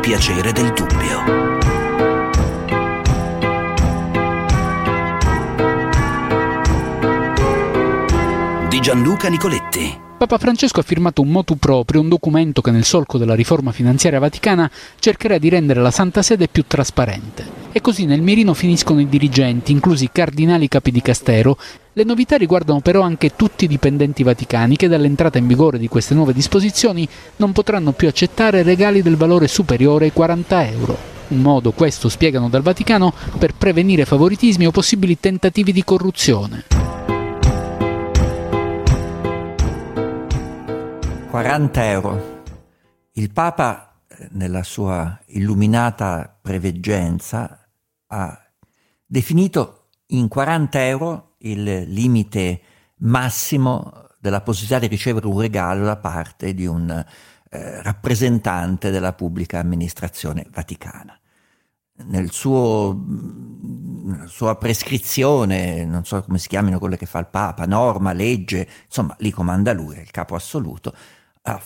piacere del dubbio. Di Gianluca Nicoletti. Papa Francesco ha firmato un motu proprio, un documento che nel solco della riforma finanziaria vaticana cercherà di rendere la Santa Sede più trasparente. E così nel mirino finiscono i dirigenti, inclusi i cardinali capi di Castero. Le novità riguardano però anche tutti i dipendenti vaticani che dall'entrata in vigore di queste nuove disposizioni non potranno più accettare regali del valore superiore ai 40 euro. Un modo, questo spiegano dal Vaticano, per prevenire favoritismi o possibili tentativi di corruzione. 40 euro. Il Papa, nella sua illuminata preveggenza, ha definito in 40 euro il limite massimo della possibilità di ricevere un regalo da parte di un rappresentante della pubblica amministrazione vaticana. Nella sua prescrizione, non so come si chiamino quelle che fa il Papa, norma, legge, insomma lì comanda lui, è il capo assoluto, ha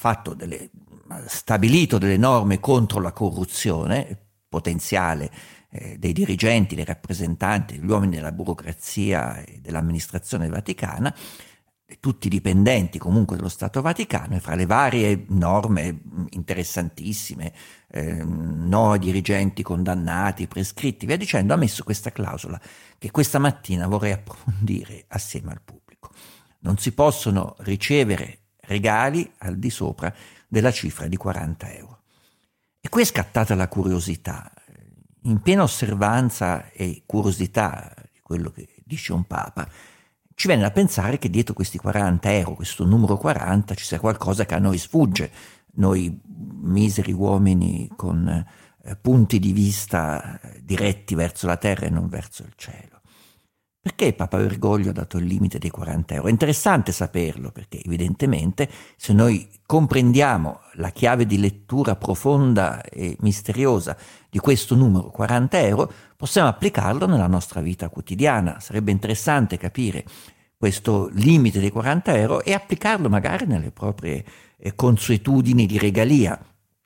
stabilito delle norme contro la corruzione potenziale dei dirigenti, dei rappresentanti, degli uomini della burocrazia e dell'amministrazione vaticana, tutti dipendenti comunque dello Stato Vaticano, e fra le varie norme interessantissime, no ai dirigenti condannati, prescritti, via dicendo, ha messo questa clausola che questa mattina vorrei approfondire assieme al pubblico. Non si possono ricevere regali al di sopra della cifra di 40 euro. E qui è scattata la curiosità. In piena osservanza e curiosità di quello che dice un Papa, ci viene da pensare che dietro questi 40 euro, questo numero 40, ci sia qualcosa che a noi sfugge, noi miseri uomini con punti di vista diretti verso la terra e non verso il cielo. Perché Papa Bergoglio ha dato il limite dei 40 euro? È interessante saperlo, perché evidentemente se noi comprendiamo la chiave di lettura profonda e misteriosa di questo numero 40 euro, possiamo applicarlo nella nostra vita quotidiana. Sarebbe interessante capire questo limite dei 40 euro e applicarlo magari nelle proprie consuetudini di regalia.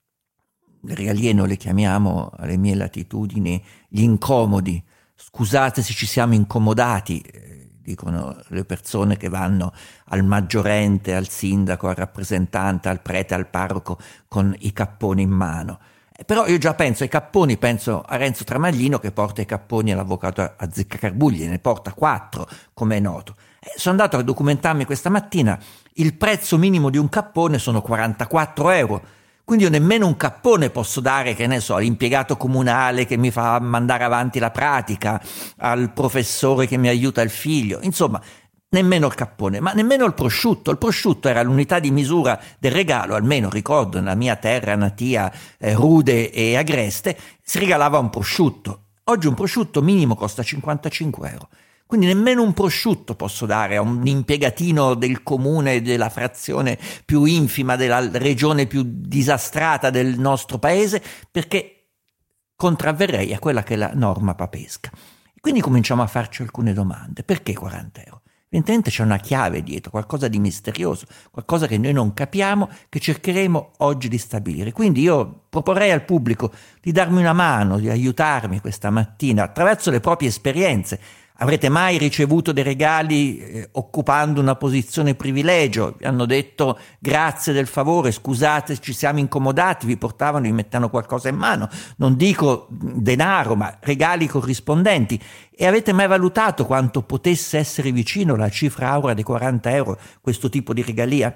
Le regalie noi le chiamiamo, alle mie latitudini, gli incomodi. Scusate se ci siamo incomodati, dicono le persone che vanno al maggiorente, al sindaco, al rappresentante, al prete, al parroco con i capponi in mano. Però io già penso ai capponi, penso a Renzo Tramaglino che porta i capponi all'avvocato Azzeccagarbugli, ne porta 4, come è noto. Sono andato a documentarmi questa mattina, il prezzo minimo di un cappone sono 44 euro. Quindi io nemmeno un cappone posso dare, che ne so, all'impiegato comunale che mi fa mandare avanti la pratica, al professore che mi aiuta il figlio, insomma, nemmeno il cappone, ma nemmeno il prosciutto. Il prosciutto era l'unità di misura del regalo, almeno ricordo nella mia terra natia, rude e agreste, si regalava un prosciutto. Oggi un prosciutto minimo costa 55 euro. Quindi nemmeno un prosciutto posso dare a un impiegatino del comune, della frazione più infima, della regione più disastrata del nostro paese, perché contravverrei a quella che è la norma papesca. E quindi cominciamo a farci alcune domande. Perché 40 euro? Evidentemente c'è una chiave dietro, qualcosa di misterioso, qualcosa che noi non capiamo, che cercheremo oggi di stabilire. Quindi io proporrei al pubblico di darmi una mano, di aiutarmi questa mattina attraverso le proprie esperienze. Avrete mai ricevuto dei regali occupando una posizione privilegio? Vi hanno detto grazie del favore, scusate ci siamo incomodati, vi portavano, vi mettevano qualcosa in mano, non dico denaro ma regali corrispondenti. E avete mai valutato quanto potesse essere vicino la cifra aurea dei 40 euro questo tipo di regalia?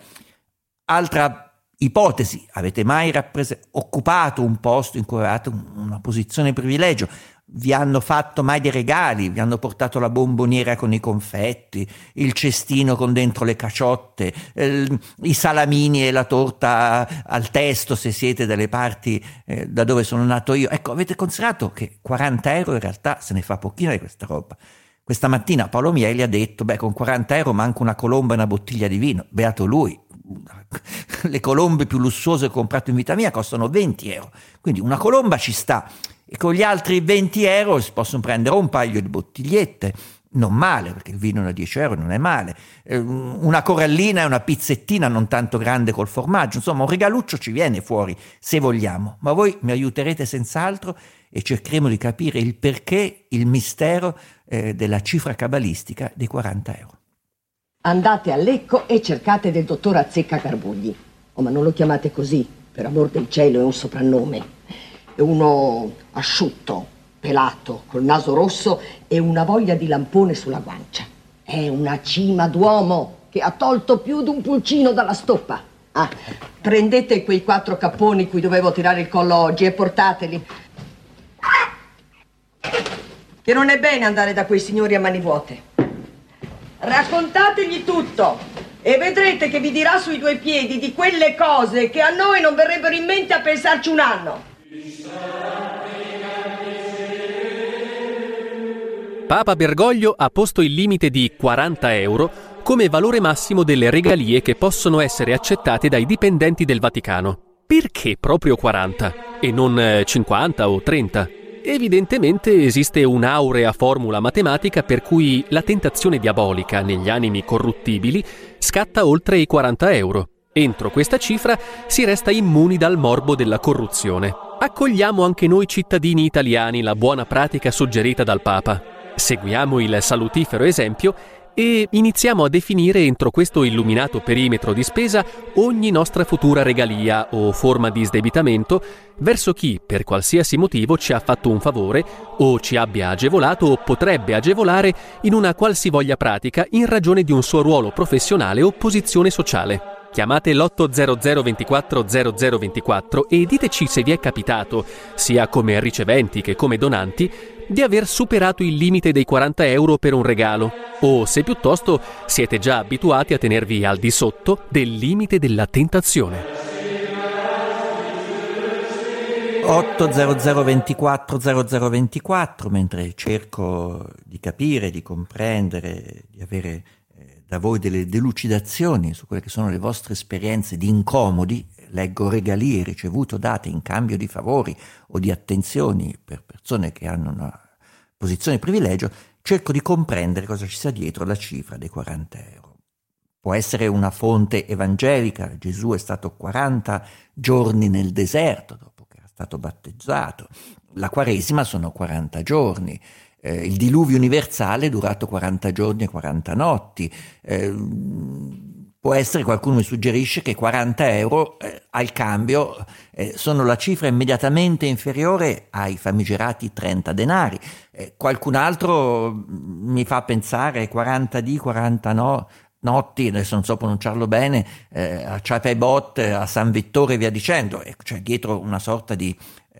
Altra ipotesi, avete mai occupato un posto in cui avevate una posizione di privilegio? Vi hanno fatto mai dei regali? Vi hanno portato la bomboniera con i confetti, il cestino con dentro le caciotte, i salamini e la torta al testo se siete dalle parti da dove sono nato io? Ecco, avete considerato che 40 euro in realtà se ne fa pochina di questa roba. Questa mattina Paolo Mieli ha detto, con 40 euro manca una colomba e una bottiglia di vino. Beato lui. Le colombe più lussuose che ho comprato in vita mia costano 20 euro. Quindi una colomba ci sta. e con gli altri 20 euro si possono prendere un paio di bottigliette, non male, perché il vino da 10 euro non è male, una corallina e una pizzettina non tanto grande col formaggio, insomma un regaluccio ci viene fuori se vogliamo, ma voi mi aiuterete senz'altro e cercheremo di capire il perché, il mistero della cifra cabalistica dei 40 euro. Andate a Lecco e cercate del dottor Azzecca Garbugli. Oh, ma non lo chiamate così, per amor del cielo, è un soprannome. È uno asciutto, pelato, col naso rosso e una voglia di lampone sulla guancia. È una cima d'uomo che ha tolto più d'un pulcino dalla stoppa. Ah, prendete quei 4 capponi cui dovevo tirare il collo oggi e portateli. Che non è bene andare da quei signori a mani vuote. Raccontategli tutto e vedrete che vi dirà sui 2 piedi di quelle cose che a noi non verrebbero in mente a pensarci un anno. Papa Bergoglio ha posto il limite di 40 euro come valore massimo delle regalie che possono essere accettate dai dipendenti del Vaticano. Perché proprio 40 e non 50 o 30? Evidentemente esiste un'aurea formula matematica per cui la tentazione diabolica negli animi corruttibili scatta oltre i 40 euro. Entro questa cifra si resta immuni dal morbo della corruzione. Accogliamo anche noi cittadini italiani la buona pratica suggerita dal Papa. Seguiamo il salutifero esempio e iniziamo a definire entro questo illuminato perimetro di spesa ogni nostra futura regalia o forma di sdebitamento verso chi, per qualsiasi motivo, ci ha fatto un favore o ci abbia agevolato o potrebbe agevolare in una qualsivoglia pratica in ragione di un suo ruolo professionale o posizione sociale. Chiamate l'800 24 0024 e diteci se vi è capitato, sia come riceventi che come donanti, di aver superato il limite dei 40 euro per un regalo, o se piuttosto siete già abituati a tenervi al di sotto del limite della tentazione. 800 24 0024, mentre cerco di capire, di comprendere, di avere da voi delle delucidazioni su quelle che sono le vostre esperienze di incomodi, leggo regalie ricevute o date in cambio di favori o di attenzioni per persone che hanno una posizione di privilegio, cerco di comprendere cosa ci sia dietro la cifra dei 40 euro. Può essere una fonte evangelica, Gesù è stato 40 giorni nel deserto dopo che era stato battezzato, la Quaresima sono 40 giorni, il diluvio universale è durato 40 giorni e 40 notti, può essere, qualcuno mi suggerisce che 40 euro al cambio sono la cifra immediatamente inferiore ai famigerati 30 denari. Qualcun altro mi fa pensare 40 dì, 40 notti, adesso non so pronunciarlo bene, a Chapebot, a San Vittore e via dicendo, cioè dietro una sorta di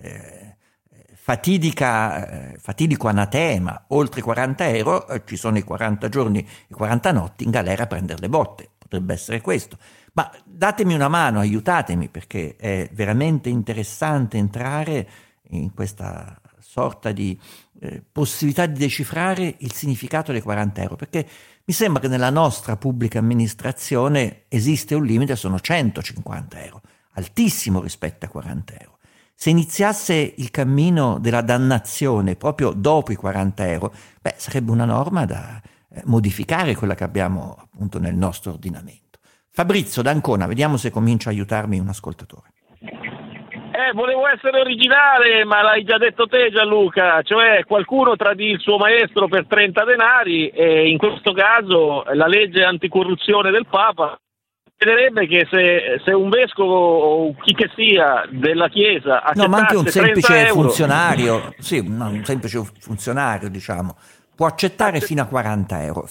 fatidico anatema. Oltre 40 euro ci sono i 40 giorni e 40 notti in galera a prendere le botte. Potrebbe essere questo, ma datemi una mano, aiutatemi, perché è veramente interessante entrare in questa sorta di possibilità di decifrare il significato dei 40 euro, perché mi sembra che nella nostra pubblica amministrazione esiste un limite, sono 150 euro, altissimo rispetto a 40 euro. Se iniziasse il cammino della dannazione proprio dopo i 40 euro, sarebbe una norma da modificare, quella che abbiamo appunto nel nostro ordinamento. Fabrizio d'Ancona, vediamo se comincia a aiutarmi un ascoltatore. Volevo essere originale, ma l'hai già detto te, Gianluca, cioè qualcuno tradì il suo maestro per 30 denari e in questo caso la legge anticorruzione del Papa prevederebbe che se un vescovo o chi che sia della Chiesa accettasse, ma anche un semplice euro, funzionario, un semplice funzionario, diciamo, può accettare fino a 40 euro.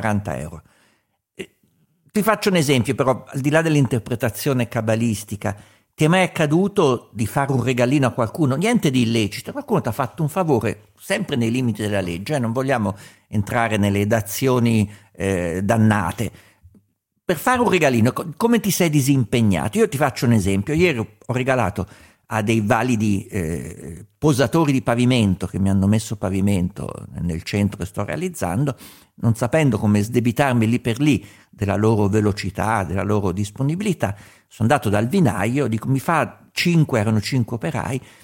Ti faccio un esempio, però, al di là dell'interpretazione cabalistica, ti è mai accaduto di fare un regalino a qualcuno? Niente di illecito, qualcuno ti ha fatto un favore, sempre nei limiti della legge, non vogliamo entrare nelle dazioni dannate. Per fare un regalino, come ti sei disimpegnato? Io ti faccio un esempio, ieri ho regalato a dei validi posatori di pavimento che mi hanno messo pavimento nel centro che sto realizzando, non sapendo come sdebitarmi lì per lì della loro velocità, della loro disponibilità, sono andato dal vinaio, dico mi fa 5, erano 5 operai,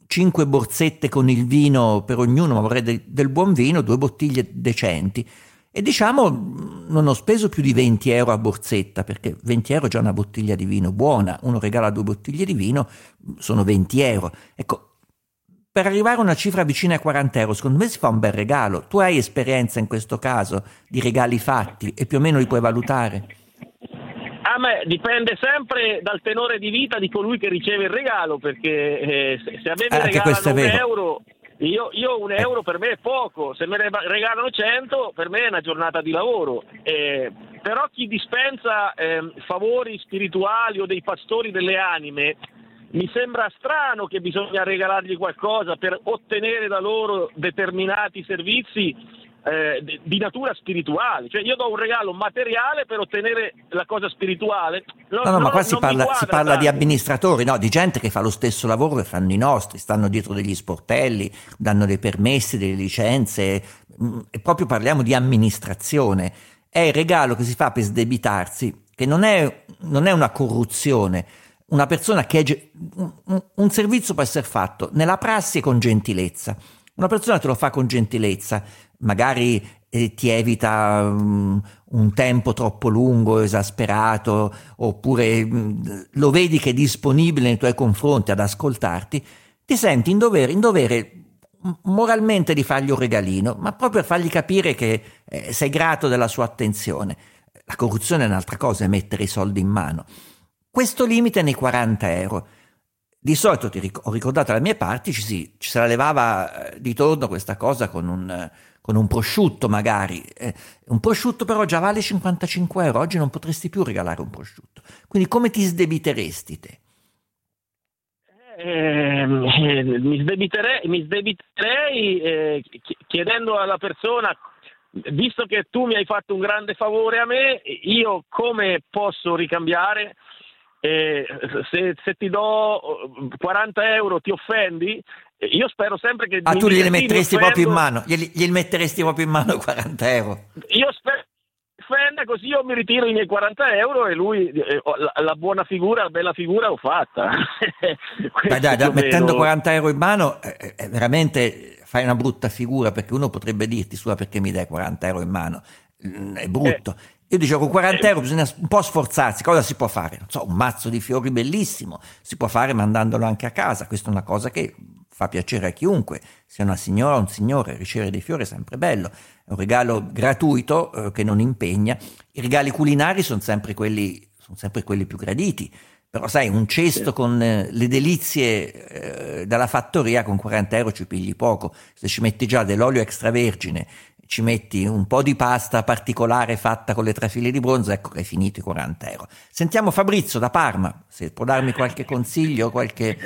5 borsette con il vino per ognuno, ma vorrei del buon vino, 2 bottiglie decenti. E diciamo, non ho speso più di 20 euro a borsetta, perché 20 euro è già una bottiglia di vino buona, uno regala 2 bottiglie di vino, sono 20 euro. Ecco, per arrivare a una cifra vicina ai 40 euro, secondo me si fa un bel regalo. Tu hai esperienza in questo caso di regali fatti e più o meno li puoi valutare? A me dipende sempre dal tenore di vita di colui che riceve il regalo, perché se a me mi regalano un euro, io un euro per me è poco, se me ne regalano 100 per me è una giornata di lavoro. Però chi dispensa favori spirituali o dei pastori delle anime, mi sembra strano che bisogna regalargli qualcosa per ottenere da loro determinati servizi di natura spirituale. Cioè io do un regalo materiale per ottenere la cosa spirituale. Ma qua si parla di amministratori, no? Di gente che fa lo stesso lavoro che fanno i nostri, stanno dietro degli sportelli, danno dei permessi, delle licenze, e proprio parliamo di amministrazione. È il regalo che si fa per sdebitarsi, che non è una corruzione. Una persona che un servizio può essere fatto nella prassi e con gentilezza. Una persona te lo fa con gentilezza, magari ti evita un tempo troppo lungo, esasperato, oppure lo vedi che è disponibile nei tuoi confronti ad ascoltarti, ti senti in dovere moralmente di fargli un regalino, ma proprio per fargli capire che sei grato della sua attenzione. La corruzione è un'altra cosa, è mettere i soldi in mano. Questo limite nei 40 euro. Di solito ho ricordato alle mie parti ci se la levava di torno questa cosa con un prosciutto magari. Un prosciutto però già vale 55 euro, oggi non potresti più regalare un prosciutto. Quindi come ti sdebiteresti te? Mi sdebiterei chiedendo alla persona, visto che tu mi hai fatto un grande favore a me, io come posso ricambiare? Se ti do 40 euro ti offendi? Io spero sempre che tu glieli metteresti proprio in mano, glieli metteresti proprio in mano 40 euro? Io spero che offenda, così io mi ritiro i miei 40 euro e lui la bella figura l'ho fatta. dai, mettendo 40 euro in mano veramente fai una brutta figura, perché uno potrebbe dirti: scusa, perché mi dai 40 euro in mano? È brutto. Io dicevo, con 40 euro bisogna un po' sforzarsi. Cosa si può fare? Non so, un mazzo di fiori bellissimo, si può fare mandandolo anche a casa. Questa è una cosa che fa piacere a chiunque, sia una signora o un signore. Ricevere dei fiori è sempre bello, è un regalo gratuito che non impegna. I regali culinari sono sempre quelli più graditi, però sai, un cesto con le delizie dalla fattoria con 40 euro ci pigli poco. Se ci metti già dell'olio extravergine, ci metti un po' di pasta particolare fatta con le trafile di bronzo, ecco che hai finito i 40 euro. Sentiamo Fabrizio da Parma, se può darmi qualche consiglio, qualche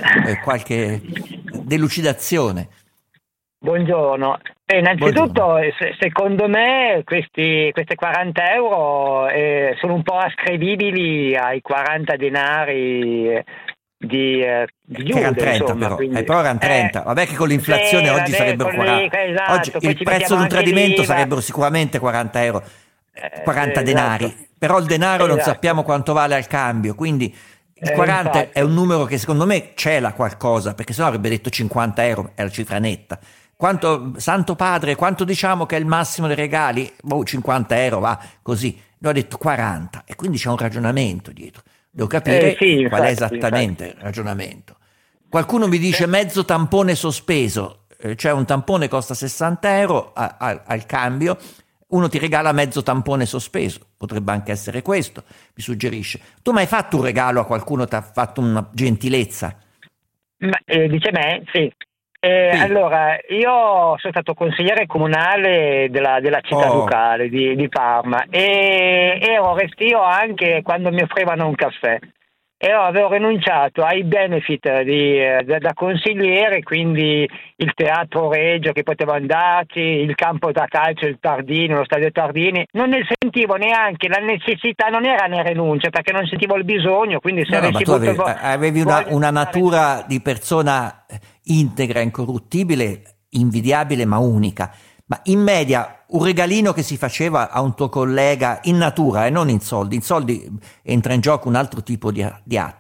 delucidazione. Buongiorno. Innanzitutto, secondo me queste 40 euro sono un po' ascrivibili ai 40 denari di Giuda, erano 30 insomma, però, quindi, però erano 30, vabbè che con l'inflazione oggi sarebbero 40, esatto, oggi il prezzo di un tradimento sarebbero sicuramente 40 euro, 40 denari, esatto. Però il denaro non Esatto. sappiamo quanto vale al cambio, quindi il 40 infatti. è un numero che secondo me cela qualcosa, perché sennò avrebbe detto 50 euro, è la cifra netta. Quanto, Santo Padre, quanto diciamo che è il massimo dei regali? 50 euro, va, così. Lui ha detto 40, e quindi c'è un ragionamento dietro. Devo capire qual è esattamente il ragionamento. Qualcuno mi dice mezzo tampone sospeso, cioè un tampone costa 60 euro al cambio, uno ti regala mezzo tampone sospeso, potrebbe anche essere questo, mi suggerisce. Tu mai hai fatto un regalo a qualcuno, ti ha fatto una gentilezza? Dice me? Sì. Sì. Allora, io sono stato consigliere comunale della città ducale di Parma e ero restio anche quando mi offrivano un caffè. E avevo rinunciato ai benefit da consigliere, quindi il teatro Regio che potevo andarci, il campo da calcio, il Tardini, lo stadio Tardini. Non ne sentivo neanche la necessità, non era una rinuncia, perché non sentivo il bisogno, quindi se avessi avuto avevi una natura di persona integra, incorruttibile, invidiabile ma unica. Ma in media un regalino che si faceva a un tuo collega in natura e non in soldi entra in gioco un altro tipo di atto.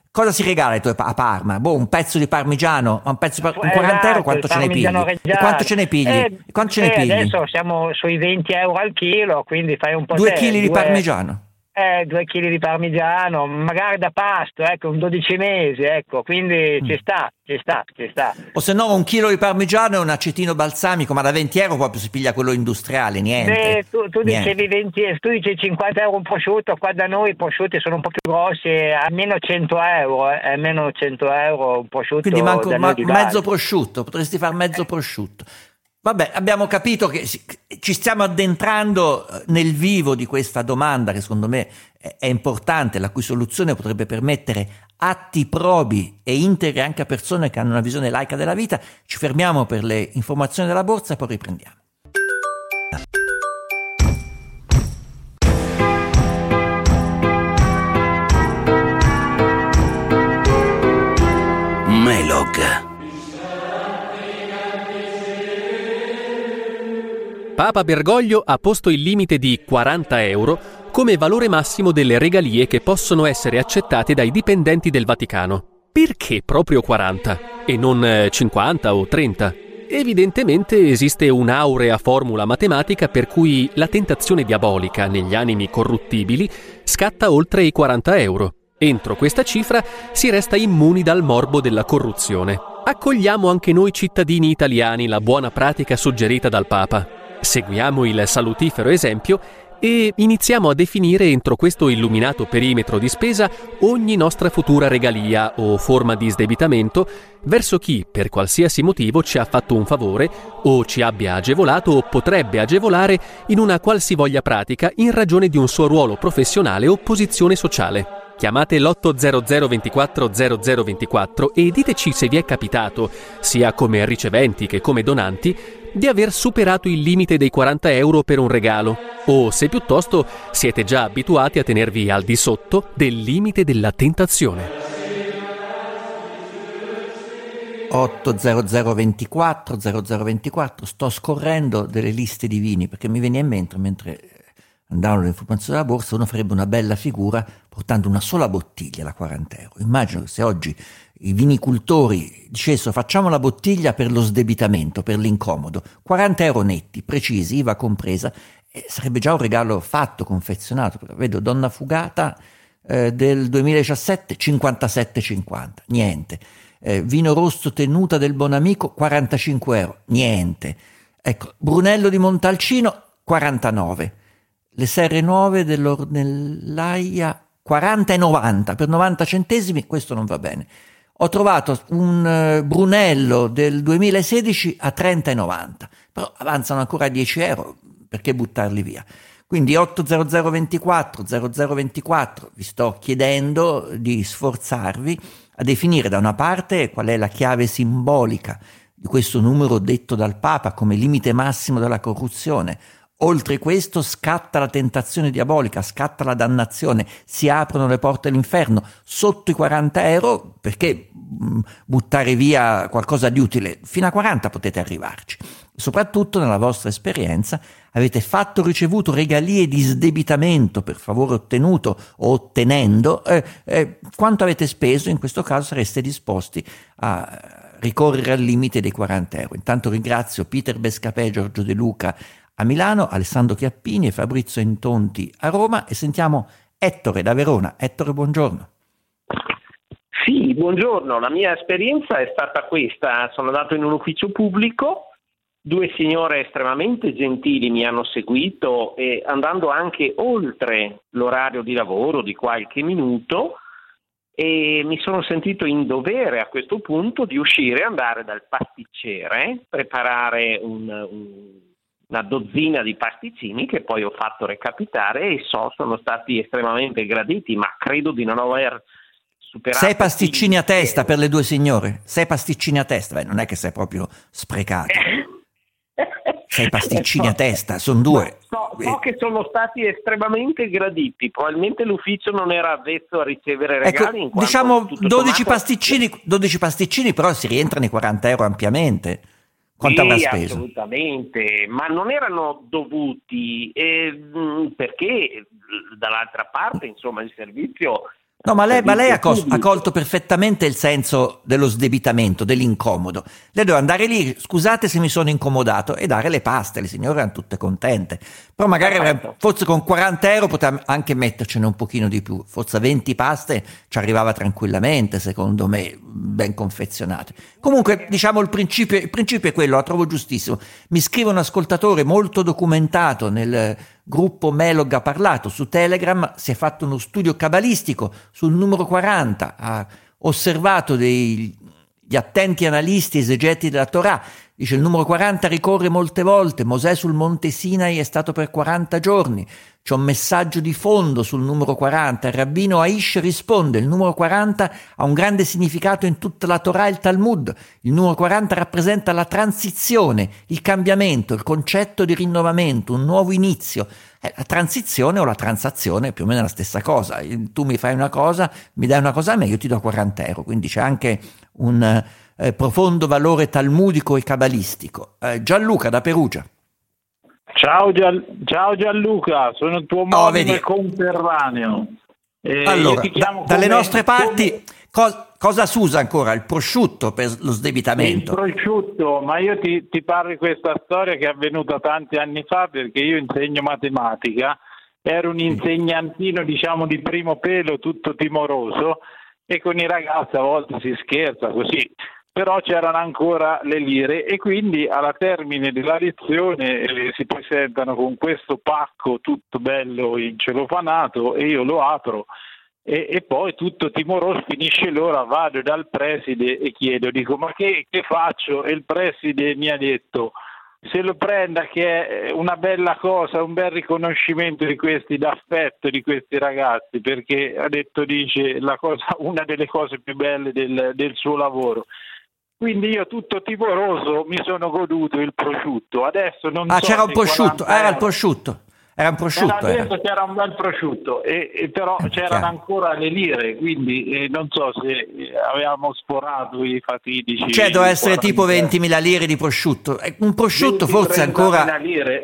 Cosa si regala a Parma? Un pezzo di parmigiano, un 40 euro quanto ce ne pigli? E quanto ce ne pigli? Quanto ce ne pigli? Adesso siamo sui 20 euro al chilo, quindi fai un po' 2 chili di parmigiano? 2 kg di parmigiano, magari da pasto, ecco, un 12 mesi, ecco, quindi ci sta. O se no 1 chilo di parmigiano e un acetino balsamico, ma da 20 euro proprio si piglia quello industriale, niente. Tu dicevi 20, tu dici 50 euro un prosciutto, qua da noi i prosciutti sono un po' più grossi, almeno 100 euro, almeno 100 euro un prosciutto. Quindi manco mezzo prosciutto, potresti fare mezzo prosciutto. Vabbè, abbiamo capito che ci stiamo addentrando nel vivo di questa domanda che secondo me è importante, la cui soluzione potrebbe permettere atti probi e integri anche a persone che hanno una visione laica della vita. Ci fermiamo per le informazioni della borsa e poi riprendiamo. Melog. Papa Bergoglio ha posto il limite di 40 euro come valore massimo delle regalie che possono essere accettate dai dipendenti del Vaticano. Perché proprio 40 e non 50 o 30? Evidentemente esiste un'aurea formula matematica per cui la tentazione diabolica negli animi corruttibili scatta oltre i 40 euro. Entro questa cifra si resta immuni dal morbo della corruzione. Accogliamo anche noi cittadini italiani la buona pratica suggerita dal Papa. Seguiamo il salutifero esempio e iniziamo a definire entro questo illuminato perimetro di spesa ogni nostra futura regalia o forma di sdebitamento verso chi, per qualsiasi motivo, ci ha fatto un favore o ci abbia agevolato o potrebbe agevolare in una qualsivoglia pratica in ragione di un suo ruolo professionale o posizione sociale. Chiamate l'800 24 0024 e diteci se vi è capitato, sia come riceventi che come donanti, di aver superato il limite dei 40 euro per un regalo, o se piuttosto siete già abituati a tenervi al di sotto del limite della tentazione. 800 24 0024, sto scorrendo delle liste di vini perché mi veniva in mente mentre andavano le informazioni della borsa, uno farebbe una bella figura portando una sola bottiglia da 40 euro. Immagino che se oggi i vinicultori dicessero facciamo la bottiglia per lo sdebitamento, per l'incomodo, 40 euro netti, precisi, IVA compresa, sarebbe già un regalo fatto, confezionato. Vedo Donna Fugata del 2017, 57,50, niente. Vino rosso Tenuta del Bonamico, 45 euro, niente. Ecco, Brunello di Montalcino, 49. Le serre nuove dell'Ornellaia 40,90 per 90 centesimi, questo non va bene. Ho trovato un Brunello del 2016 a 30,90, però avanzano ancora 10 euro, perché buttarli via? Quindi 800 24 0024 vi sto chiedendo di sforzarvi a definire da una parte qual è la chiave simbolica di questo numero detto dal Papa come limite massimo della corruzione. Oltre questo scatta la tentazione diabolica, scatta la dannazione, si aprono le porte all'inferno. Sotto i 40 euro, perché buttare via qualcosa di utile? Fino a 40 potete arrivarci. Soprattutto nella vostra esperienza avete fatto o ricevuto regalie di sdebitamento per favore ottenuto o ottenendo, quanto avete speso? In questo caso sareste disposti a ricorrere al limite dei 40 euro. Intanto ringrazio Peter Bescapè, Giorgio De Luca a Milano, Alessandro Chiappini e Fabrizio Intonti a Roma e sentiamo Ettore da Verona. Ettore, buongiorno. Sì, buongiorno. La mia esperienza è stata questa. Sono andato in un ufficio pubblico, 2 signore estremamente gentili mi hanno seguito e andando anche oltre l'orario di lavoro di qualche minuto e mi sono sentito in dovere a questo punto di uscire e andare dal pasticcere, preparare una dozzina di pasticcini che poi ho fatto recapitare e sono stati estremamente graditi, ma credo di non aver superato 6 pasticcini a testa per le 2 signore, 6 pasticcini a testa. Beh, non è che sei proprio sprecato. 6 pasticcini a testa, sono 2. So che sono stati estremamente graditi, probabilmente l'ufficio non era avvezzo a ricevere regali. Ecco, in quanto diciamo 12 sommato... 12 pasticcini, però si rientrano i 40 euro ampiamente. Quanto avrà speso? Assolutamente, ma non erano dovuti perché dall'altra parte insomma il servizio No, ma lei ha colto perfettamente il senso dello sdebitamento, dell'incomodo. Lei doveva andare lì, scusate se mi sono incomodato, e dare le paste, le signore erano tutte contente. Però magari forse con 40 euro poteva anche mettercene un pochino di più, forse a 20 paste ci arrivava tranquillamente, secondo me, ben confezionate. Comunque, diciamo, il principio è quello, la trovo giustissimo. Mi scrive un ascoltatore molto documentato nel gruppo Melog ha parlato su Telegram, si è fatto uno studio cabalistico sul numero 40, ha osservato gli attenti analisti esegeti della Torah, dice il numero 40 ricorre molte volte, Mosè sul monte Sinai è stato per 40 giorni, c'è un messaggio di fondo sul numero 40, il rabbino Aish risponde, il numero 40 ha un grande significato in tutta la Torah e il Talmud, il numero 40 rappresenta la transizione, il cambiamento, il concetto di rinnovamento, un nuovo inizio. La transizione o la transazione è più o meno la stessa cosa, tu mi fai una cosa, mi dai una cosa a me, io ti do 40 euro, quindi c'è anche un profondo valore talmudico e cabalistico. Gianluca da Perugia. Ciao Gianluca, sono il tuo omonimo e conterraneo. Allora, dalle nostre parti cosa si usa ancora? Il prosciutto per lo sdebitamento? Il prosciutto, ma io ti parlo di questa storia che è avvenuta tanti anni fa, perché io insegno matematica, ero un insegnantino diciamo di primo pelo, tutto timoroso, e con i ragazzi a volte si scherza così. Però c'erano ancora le lire e quindi alla termine della lezione si presentano con questo pacco tutto bello incelofanato e io lo apro e poi tutto timoroso finisce l'ora, vado dal preside e dico ma che faccio? E il preside mi ha detto se lo prenda che è una bella cosa, un bel riconoscimento di questi d'affetto di questi ragazzi, perché ha detto una delle cose più belle del suo lavoro. Quindi io tutto timoroso mi sono goduto il prosciutto. Adesso non so c'era un prosciutto, era il prosciutto. Adesso c'era un bel prosciutto, però c'erano ancora le lire, quindi non so se avevamo sforato i fatidici. Doveva essere tipo 20.000 lire di prosciutto. Un prosciutto forse ancora lire.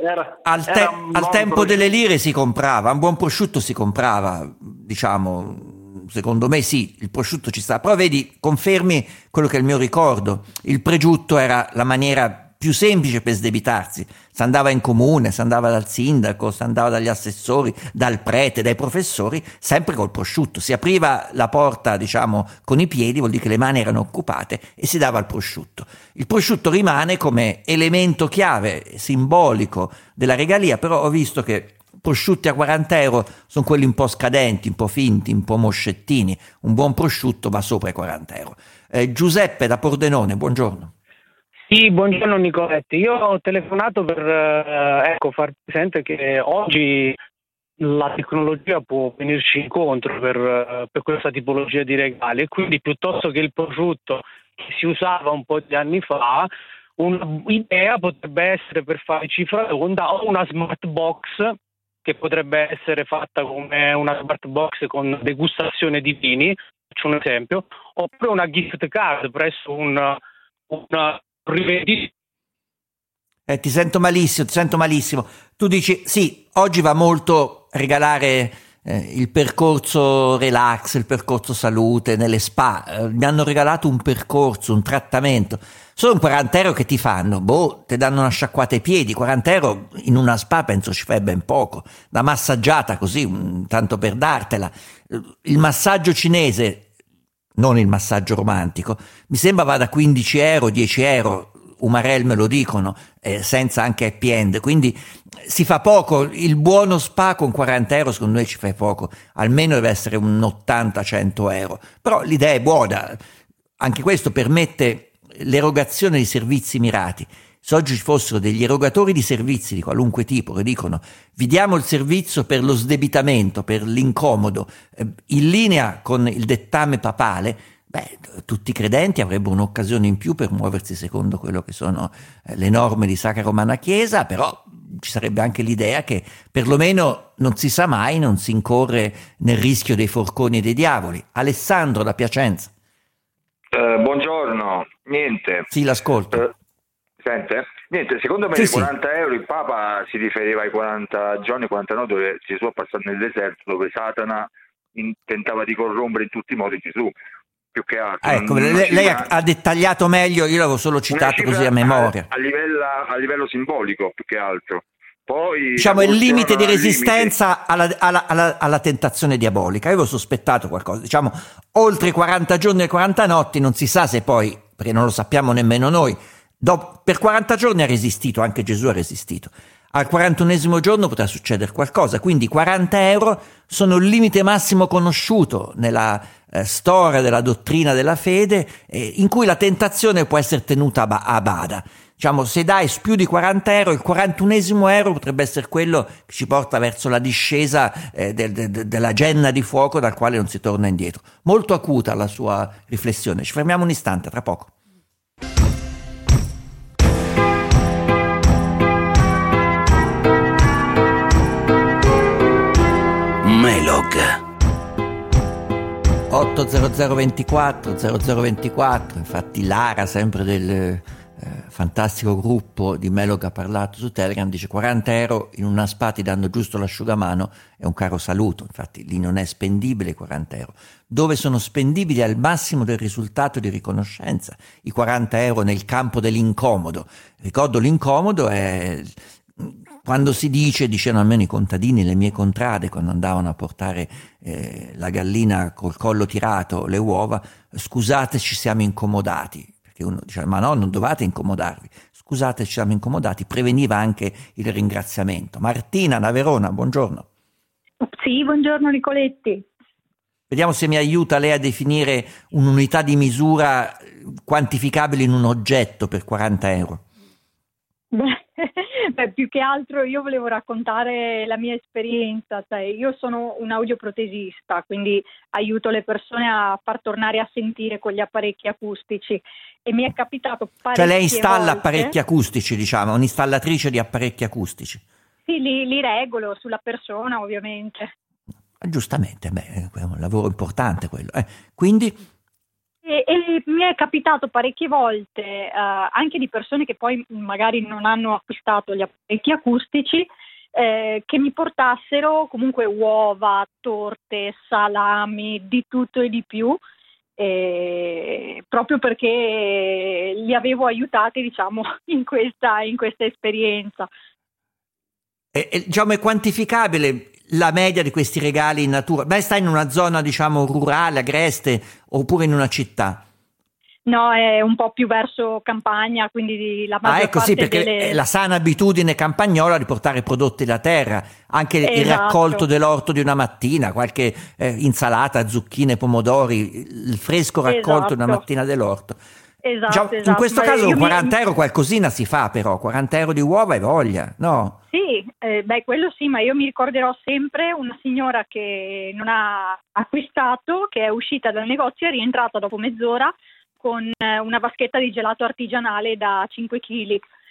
al tempo delle lire si comprava, un buon prosciutto si comprava, diciamo. Secondo me sì, il prosciutto ci sta, però vedi, confermi quello che è il mio ricordo, il pregiutto era la maniera più semplice per sdebitarsi, si andava in comune, si andava dal sindaco, si andava dagli assessori, dal prete, dai professori, sempre col prosciutto, si apriva la porta diciamo con i piedi, vuol dire che le mani erano occupate e si dava il prosciutto. Il prosciutto rimane come elemento chiave, simbolico della regalia, però ho visto che prosciutti a 40 euro sono quelli un po' scadenti, un po' finti, un po' moscettini. Un buon prosciutto va sopra i 40 euro. Giuseppe da Pordenone, buongiorno. Sì, buongiorno Nicoletti. Io ho telefonato per far presente che oggi la tecnologia può venirci incontro per questa tipologia di regali e quindi piuttosto che il prosciutto che si usava un po' di anni fa, un'idea potrebbe essere per fare cifra tonda o una smart box che potrebbe essere fatta come una smart box con degustazione di vini, faccio un esempio, oppure una gift card presso una rivenditore. Ti sento malissimo. Tu dici, sì, oggi va molto regalare il percorso relax, il percorso salute nelle spa. Mi hanno regalato un percorso, un trattamento. Sono 40 euro che ti fanno, ti danno una sciacquata ai piedi. 40 euro in una spa penso ci fai ben poco. La massaggiata così, tanto per dartela. Il massaggio cinese, non il massaggio romantico, mi sembra vada 15 euro, 10 euro. Umarell me lo dicono, senza anche happy end, quindi si fa poco. Il buono spa con 40 euro secondo noi ci fai poco, almeno deve essere un 80-100 euro, però l'idea è buona, anche questo permette l'erogazione di servizi mirati. Se oggi ci fossero degli erogatori di servizi di qualunque tipo che dicono vi diamo il servizio per lo sdebitamento, per l'incomodo, in linea con il dettame papale, tutti i credenti avrebbero un'occasione in più per muoversi secondo quello che sono le norme di Sacra Romana Chiesa, però ci sarebbe anche l'idea che perlomeno non si sa mai, non si incorre nel rischio dei forconi e dei diavoli. Alessandro da Piacenza. Buongiorno, niente. Sì, l'ascolto. Sente? Niente, secondo me sì, i 40 euro il Papa si riferiva ai 40 giorni, 49 dove Gesù ha passato nel deserto, dove Satana tentava di corrompere in tutti i modi Gesù, più che altro. Ecco, lei ha dettagliato meglio, io l'avevo solo citato così a memoria. A livello simbolico, più che altro. Poi diciamo il limite di resistenza alla tentazione diabolica. Io avevo sospettato qualcosa, diciamo oltre i 40 giorni e 40 notti, non si sa se poi, perché non lo sappiamo nemmeno noi, per 40 giorni ha resistito, anche Gesù ha resistito. Al 41esimo giorno potrà succedere qualcosa, quindi 40 euro sono il limite massimo conosciuto nella storia della dottrina della fede, in cui la tentazione può essere tenuta a bada. Diciamo, se dai più di 40 euro, il 41esimo euro potrebbe essere quello che ci porta verso la discesa della genna di fuoco dal quale non si torna indietro. Molto acuta la sua riflessione. Ci fermiamo un istante, tra poco. Melog 80024 infatti Lara, sempre del fantastico gruppo di Melog, ha parlato su Telegram, dice 40 euro in una spa ti danno giusto l'asciugamano, è un caro saluto, infatti lì non è spendibile 40 euro. Dove sono spendibili al massimo del risultato di riconoscenza i 40 euro nel campo dell'incomodo. Ricordo, l'incomodo è quando si dicevano almeno i contadini, le mie contrade, quando andavano a portare la gallina col collo tirato, le uova, scusate ci siamo incomodati, perché uno diceva ma no, non dovete incomodarvi, scusate ci siamo incomodati, preveniva anche il ringraziamento. Martina da Verona, buongiorno. Sì, buongiorno Nicoletti. Vediamo se mi aiuta lei a definire un'unità di misura quantificabile in un oggetto per 40 euro. Beh, più che altro io volevo raccontare la mia esperienza, cioè io sono un audioprotesista, quindi aiuto le persone a far tornare a sentire con gli apparecchi acustici e mi è capitato parecchie Cioè lei installa volte, apparecchi acustici, diciamo, un'installatrice di apparecchi acustici. Sì, li regolo sulla persona ovviamente. Giustamente, beh, è un lavoro importante quello. Quindi... E mi è capitato parecchie volte, anche di persone che poi magari non hanno acquistato gli apparecchi acustici, che mi portassero comunque uova, torte, salami, di tutto e di più, proprio perché li avevo aiutati, diciamo, in questa esperienza. Diciamo, è quantificabile la media di questi regali in natura? Beh, sta in una zona, diciamo, rurale, agreste, oppure in una città? No, è un po' più verso campagna, quindi la maggior ecco, sì, parte perché è la sana abitudine campagnola di portare prodotti da terra, anche il raccolto dell'orto di una mattina, qualche insalata, zucchine, pomodori, il fresco raccolto di una mattina dell'orto. Esatto. In questo caso con 40 euro qualcosina si fa, però 40 euro di uova e voglia, no? Sì, quello sì, ma io mi ricorderò sempre una signora che non ha acquistato, che è uscita dal negozio e è rientrata dopo mezz'ora con una vaschetta di gelato artigianale da 5 kg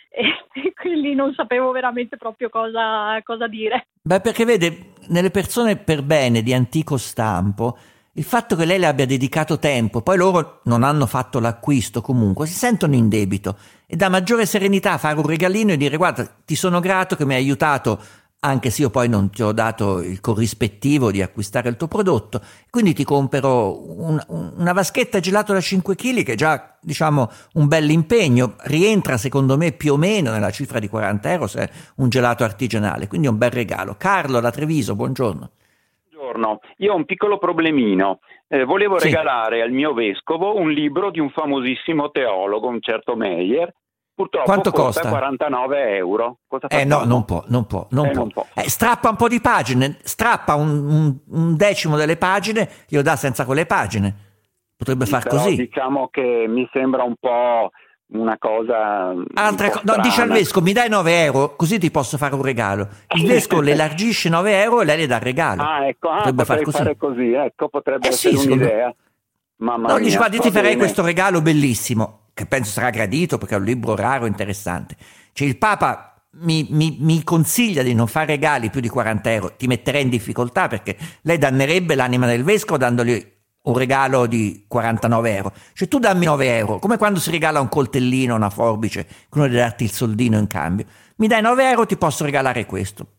e quindi non sapevo veramente proprio cosa dire. Beh, perché vede, nelle persone per bene di antico stampo, il fatto che lei le abbia dedicato tempo, poi loro non hanno fatto l'acquisto comunque, si sentono in debito e dà maggiore serenità fare un regalino e dire guarda, ti sono grato che mi hai aiutato, anche se io poi non ti ho dato il corrispettivo di acquistare il tuo prodotto, quindi ti compro una vaschetta gelato da 5 kg che è già, diciamo, un bell'impegno, rientra secondo me più o meno nella cifra di 40 euro se è un gelato artigianale, quindi è un bel regalo. Carlo da Treviso, buongiorno. Buongiorno, io ho un piccolo problemino, volevo regalare al mio vescovo un libro di un famosissimo teologo, un certo Meyer. Purtroppo quanto costa? 49 euro. No, non può. Strappa un po' di pagine, strappa un decimo delle pagine, glielo dà senza quelle pagine. Potrebbe far così. Diciamo che mi sembra un po' una cosa. No, dice al vescovo mi dai 9 euro così ti posso fare un regalo. Il vescovo le elargisce 9 euro e lei le dà il regalo. Potrebbe fare così, ecco, potrebbe essere un'idea. Mamma mia, dice guarda, io ti farei questo regalo bellissimo, che penso sarà gradito perché è un libro raro e interessante. Cioè il Papa mi consiglia di non fare regali più di 40 euro, ti metterei in difficoltà perché lei dannerebbe l'anima del vescovo dandogli un regalo di 49 euro. Cioè tu dammi 9 euro, come quando si regala un coltellino, una forbice, che uno deve darti il soldino in cambio. Mi dai 9 euro, ti posso regalare questo.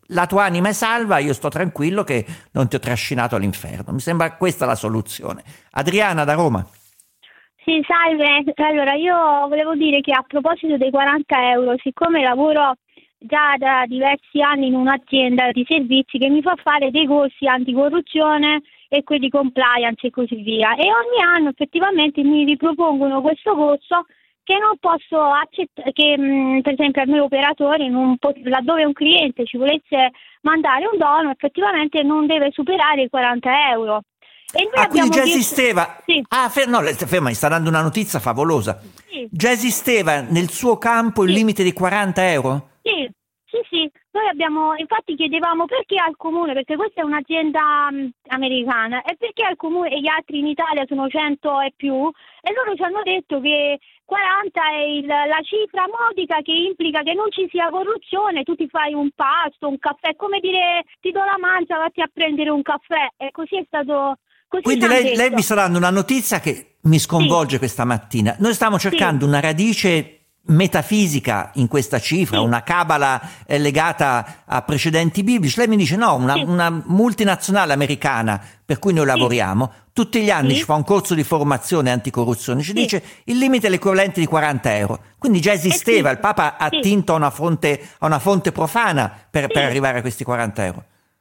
la tua anima è salva, io sto tranquillo che non ti ho trascinato all'inferno. Mi sembra questa la soluzione. Adriana da Roma. Sì, salve. Allora, io volevo dire che a proposito dei 40 euro, siccome lavoro già da diversi anni in un'azienda di servizi che mi fa fare dei corsi anticorruzione e quelli compliance e così via, e ogni anno effettivamente mi ripropongono questo corso che non posso accettare, che per esempio al mio operatore laddove un cliente ci volesse mandare un dono effettivamente non deve superare i 40 euro. E noi quindi già esisteva? Sì. Ferma, mi sta dando una notizia favolosa. Sì. Già esisteva nel suo campo il limite di 40 euro? Sì. Noi infatti chiedevamo perché al comune, perché questa è un'azienda americana, e perché al comune e gli altri in Italia sono 100 e più, e loro ci hanno detto che 40 è la cifra modica che implica che non ci sia corruzione, tu ti fai un pasto, un caffè, come dire ti do la mancia, vatti a prendere un caffè, e così è stato. Così quindi lei mi sta dando una notizia che mi sconvolge questa mattina. Noi stiamo cercando una radice metafisica in questa cifra, una cabala legata a precedenti biblici. Lei mi dice no, una multinazionale americana per cui noi lavoriamo tutti gli anni ci fa un corso di formazione anticorruzione, ci dice il limite è l'equivalente di 40 euro, quindi già esisteva, il Papa ha attinto a una fonte profana per arrivare a questi 40 euro.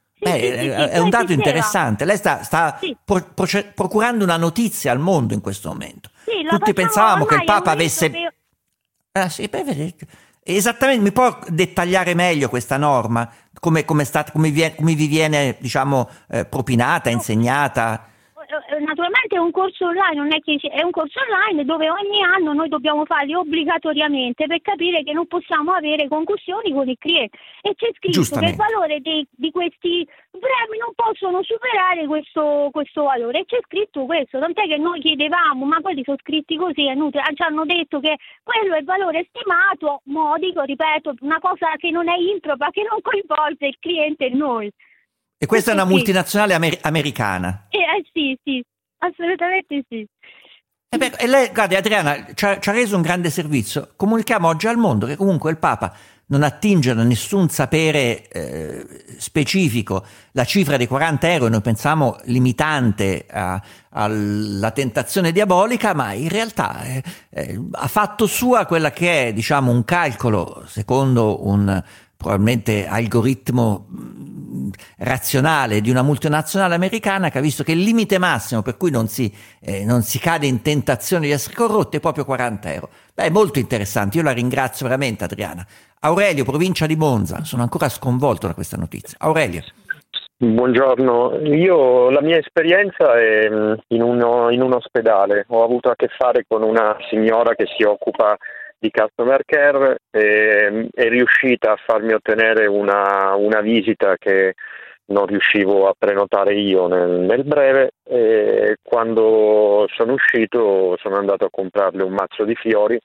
È un dato interessante. Lei sta procurando una notizia al mondo in questo momento. Tutti pensavamo che il Papa avesse esattamente. Mi può dettagliare meglio questa norma? Come vi viene, diciamo, propinata, insegnata? Naturalmente è un corso online, non è che è un corso online dove ogni anno noi dobbiamo farli obbligatoriamente per capire che non possiamo avere concussioni con il cliente, e c'è scritto che il valore di questi premi non possono superare questo valore, e c'è scritto questo, tant'è che noi chiedevamo ma quelli sono scritti così, è inutile, ci hanno detto che quello è il valore stimato, modico, ripeto, una cosa che non è improba, che non coinvolge il cliente e noi. E questa è una multinazionale americana? Sì, assolutamente sì. E lei, guardi Adriana, ci ha reso un grande servizio. Comunichiamo oggi al mondo che comunque il Papa non attinge da nessun sapere specifico la cifra dei 40 euro, noi pensiamo limitante alla tentazione diabolica, ma in realtà ha fatto sua quella che è, diciamo, un calcolo secondo un probabilmente algoritmo razionale di una multinazionale americana che ha visto che il limite massimo per cui non si cade in tentazione di essere corrotti è proprio 40 euro. Beh, molto interessante, io la ringrazio veramente Adriana. Aurelio, provincia di Monza, sono ancora sconvolto da questa notizia. Aurelio. Buongiorno, la mia esperienza è in un ospedale, ho avuto a che fare con una signora che si occupa di customer care e è riuscita a farmi ottenere una visita che non riuscivo a prenotare io nel breve, e quando sono uscito sono andato a comprarle un mazzo di fiori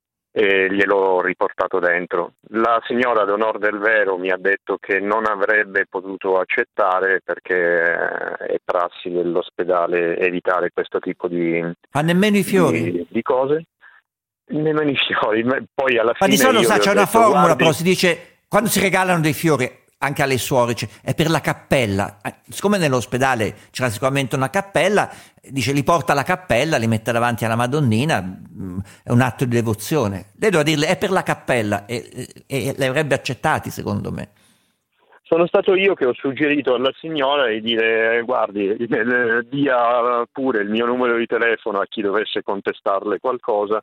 e gliel'ho riportato dentro. La signora, ad onor del vero, mi ha detto che non avrebbe potuto accettare perché è prassi dell'ospedale evitare questo tipo di nemmeno i fiori? Di cose. Nemmeno i fiori, poi alla fine. Ma di solito c'è una formula, però si dice quando si regalano dei fiori anche alle suore, è per la cappella. Siccome nell'ospedale c'era sicuramente una cappella, dice li porta alla cappella, li mette davanti alla Madonnina, è un atto di devozione. Lei doveva dirle è per la cappella e le avrebbe accettati, secondo me. Sono stato io che ho suggerito alla signora di dire guardi, dia pure il mio numero di telefono a chi dovesse contestarle qualcosa,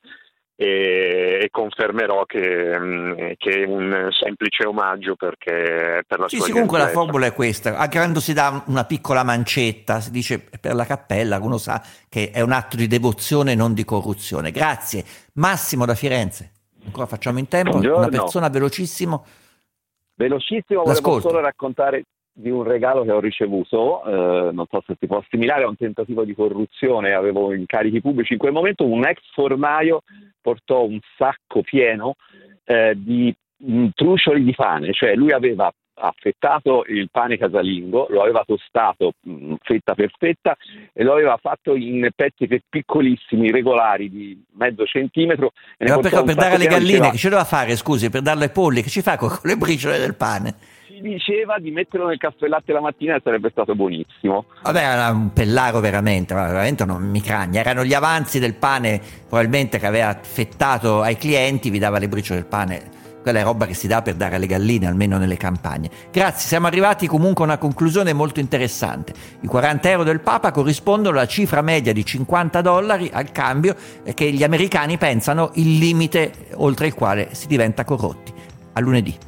e confermerò che è un semplice omaggio perché per la sua comunque gentilezza. La formula è questa, anche quando si dà una piccola mancetta si dice per la cappella, uno sa che è un atto di devozione, non di corruzione. Grazie. Massimo da Firenze, ancora facciamo in tempo. Buongiorno. Una persona velocissimo, volevo solo raccontare di un regalo che ho ricevuto, non so se si può assimilare a un tentativo di corruzione, avevo incarichi pubblici in quel momento, un ex formaio portò un sacco pieno di trucioli di pane, cioè lui aveva affettato il pane casalingo, lo aveva tostato fetta per fetta e lo aveva fatto in pezzi piccolissimi, regolari di mezzo centimetro. Per dare alle galline, che ci doveva fare, scusi, per darle ai polli, che ci fa con le briciole del pane? gli diceva di metterlo nel caffè latte la mattina e sarebbe stato buonissimo. Vabbè, era un pellaro veramente non mi cragna. Erano gli avanzi del pane probabilmente che aveva fettato ai clienti, vi dava le briciole del pane. Quella è roba che si dà per dare alle galline, almeno nelle campagne. Grazie, siamo arrivati comunque a una conclusione molto interessante. I 40 euro del Papa corrispondono alla cifra media di $50 al cambio che gli americani pensano il limite oltre il quale si diventa corrotti. A lunedì.